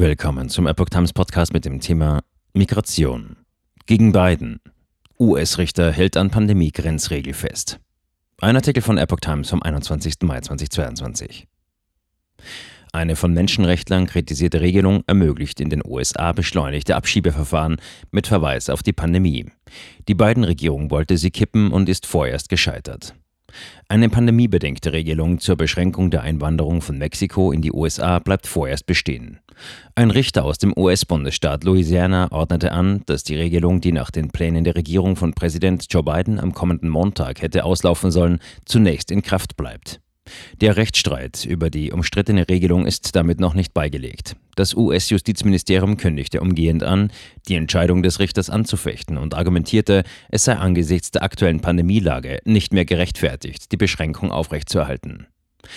Willkommen zum Epoch Times Podcast mit dem Thema Migration. Gegen Biden. US-Richter hält an Pandemie-Grenzregel fest. Ein Artikel von Epoch Times vom 21. Mai 2022. Eine von Menschenrechtlern kritisierte Regelung ermöglicht in den USA beschleunigte Abschiebeverfahren mit Verweis auf die Pandemie. Die Biden-Regierung wollte sie kippen und ist vorerst gescheitert. Eine pandemiebedingte Regelung zur Beschränkung der Einwanderung von Mexiko in die USA bleibt vorerst bestehen. Ein Richter aus dem US-Bundesstaat Louisiana ordnete an, dass die Regelung, die nach den Plänen der Regierung von Präsident Joe Biden am kommenden Montag hätte auslaufen sollen, zunächst in Kraft bleibt. Der Rechtsstreit über die umstrittene Regelung ist damit noch nicht beigelegt. Das US-Justizministerium kündigte umgehend an, die Entscheidung des Richters anzufechten und argumentierte, es sei angesichts der aktuellen Pandemielage nicht mehr gerechtfertigt, die Beschränkung aufrechtzuerhalten.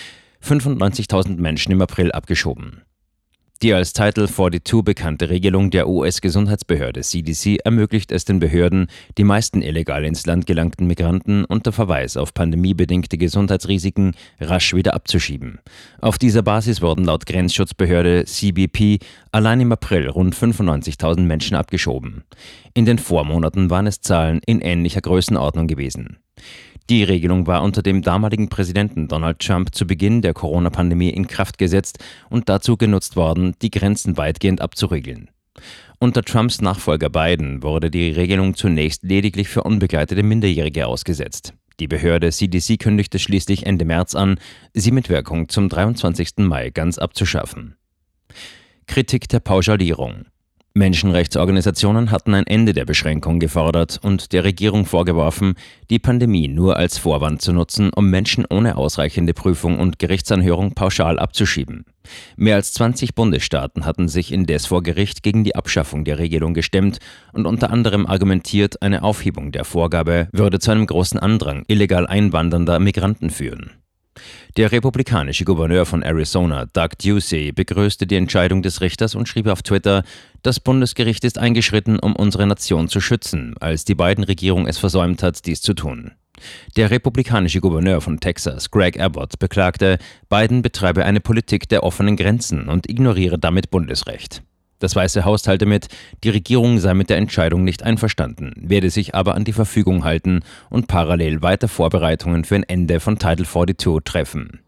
95.000 Menschen im April abgeschoben. Die als Title 42 bekannte Regelung der US-Gesundheitsbehörde CDC ermöglicht es den Behörden, die meisten illegal ins Land gelangten Migranten unter Verweis auf pandemiebedingte Gesundheitsrisiken rasch wieder abzuschieben. Auf dieser Basis wurden laut Grenzschutzbehörde CBP allein im April rund 95.000 Menschen abgeschoben. In den Vormonaten waren es Zahlen in ähnlicher Größenordnung gewesen. Die Regelung war unter dem damaligen Präsidenten Donald Trump zu Beginn der Corona-Pandemie in Kraft gesetzt und dazu genutzt worden, die Grenzen weitgehend abzuriegeln. Unter Trumps Nachfolger Biden wurde die Regelung zunächst lediglich für unbegleitete Minderjährige ausgesetzt. Die Behörde CDC kündigte schließlich Ende März an, sie mit Wirkung zum 23. Mai ganz abzuschaffen. Kritik der Pauschalierung. Menschenrechtsorganisationen hatten ein Ende der Beschränkung gefordert und der Regierung vorgeworfen, die Pandemie nur als Vorwand zu nutzen, um Menschen ohne ausreichende Prüfung und Gerichtsanhörung pauschal abzuschieben. Mehr als 20 Bundesstaaten hatten sich indes vor Gericht gegen die Abschaffung der Regelung gestemmt und unter anderem argumentiert, eine Aufhebung der Vorgabe würde zu einem großen Andrang illegal einwandernder Migranten führen. Der republikanische Gouverneur von Arizona, Doug Ducey, begrüßte die Entscheidung des Richters und schrieb auf Twitter: Das Bundesgericht ist eingeschritten, um unsere Nation zu schützen, als die Biden-Regierung es versäumt hat, dies zu tun. Der republikanische Gouverneur von Texas, Greg Abbott, beklagte, Biden betreibe eine Politik der offenen Grenzen und ignoriere damit Bundesrecht. Das Weiße Haus teilte mit, die Regierung sei mit der Entscheidung nicht einverstanden, werde sich aber an die Verfügung halten und parallel weiter Vorbereitungen für ein Ende von Title 42 treffen.